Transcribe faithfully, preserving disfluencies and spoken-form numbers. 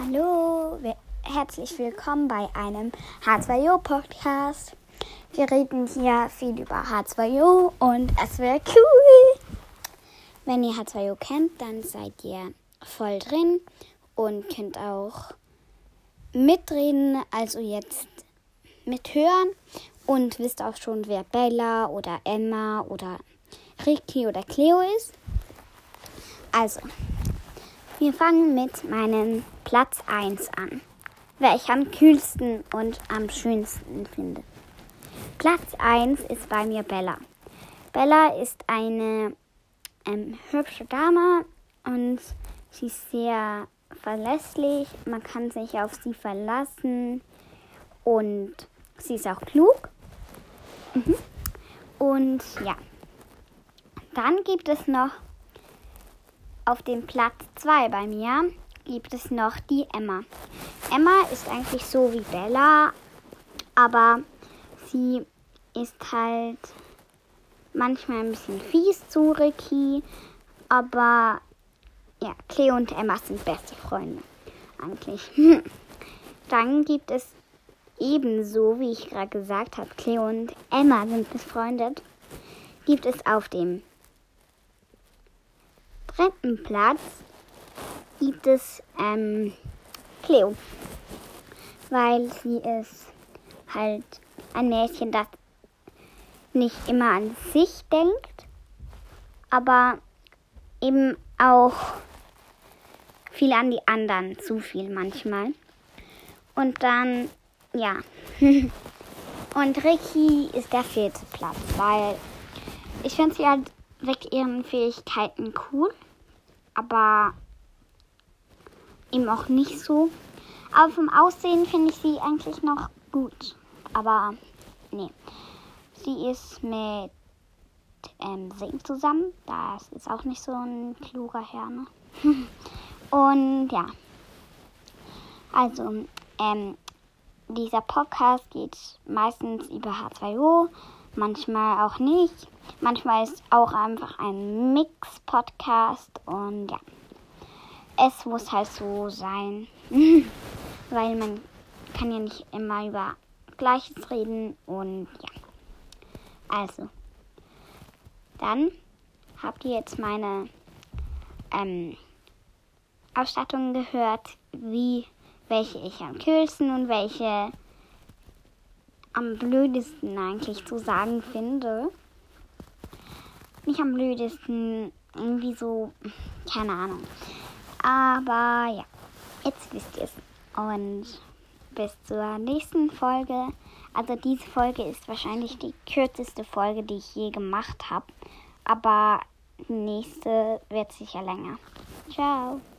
Hallo, herzlich willkommen bei einem H zwei O Podcast. Wir reden hier viel über H zwei O und es wäre cool. Wenn ihr H zwei O kennt, dann seid ihr voll drin und könnt auch mitreden, also jetzt mithören und wisst auch schon, wer Bella oder Emma oder Ricky oder Cleo ist. Also, wir fangen mit meinem Platz eins an, wer ich am kühlsten und am schönsten finde. Platz eins ist bei mir Bella. Bella ist eine ähm, hübsche Dame und sie ist sehr verlässlich. Man kann sich auf sie verlassen und sie ist auch klug. Mhm. Und ja, dann gibt es noch auf dem Platz zwei bei mir gibt es noch die Emma. Emma ist eigentlich so wie Bella, aber sie ist halt manchmal ein bisschen fies zu Ricky, aber ja, Cleo und Emma sind beste Freunde eigentlich. Dann gibt es ebenso, wie ich gerade gesagt habe, Cleo und Emma sind befreundet, gibt es auf dem dritten Platz gibt es ähm, Cleo, weil sie ist halt ein Mädchen, das nicht immer an sich denkt, aber eben auch viel an die anderen, zu viel manchmal. Und dann, ja, und Ricky ist der vierte Platz, weil ich finde sie halt weg ihren Fähigkeiten cool, aber eben auch nicht so. Aber vom Aussehen finde ich sie eigentlich noch gut. Aber nee, sie ist mit ähm, Sing zusammen. Das ist auch nicht so ein kluger Herr, ne? Und ja, also ähm, dieser Podcast geht meistens über H zwei O, manchmal auch nicht. Manchmal ist auch einfach ein Mix-Podcast und ja, es muss halt so sein, weil man kann ja nicht immer über Gleiches reden und ja. Also, dann habt ihr jetzt meine ähm, Ausstattung gehört, wie welche ich am coolsten und welche am blödesten eigentlich zu sagen finde. Nicht am blödesten, irgendwie so, keine Ahnung. Aber ja, jetzt wisst ihr es. Und bis zur nächsten Folge. Also diese Folge ist wahrscheinlich die kürzeste Folge, die ich je gemacht habe. Aber die nächste wird sicher länger. Ciao.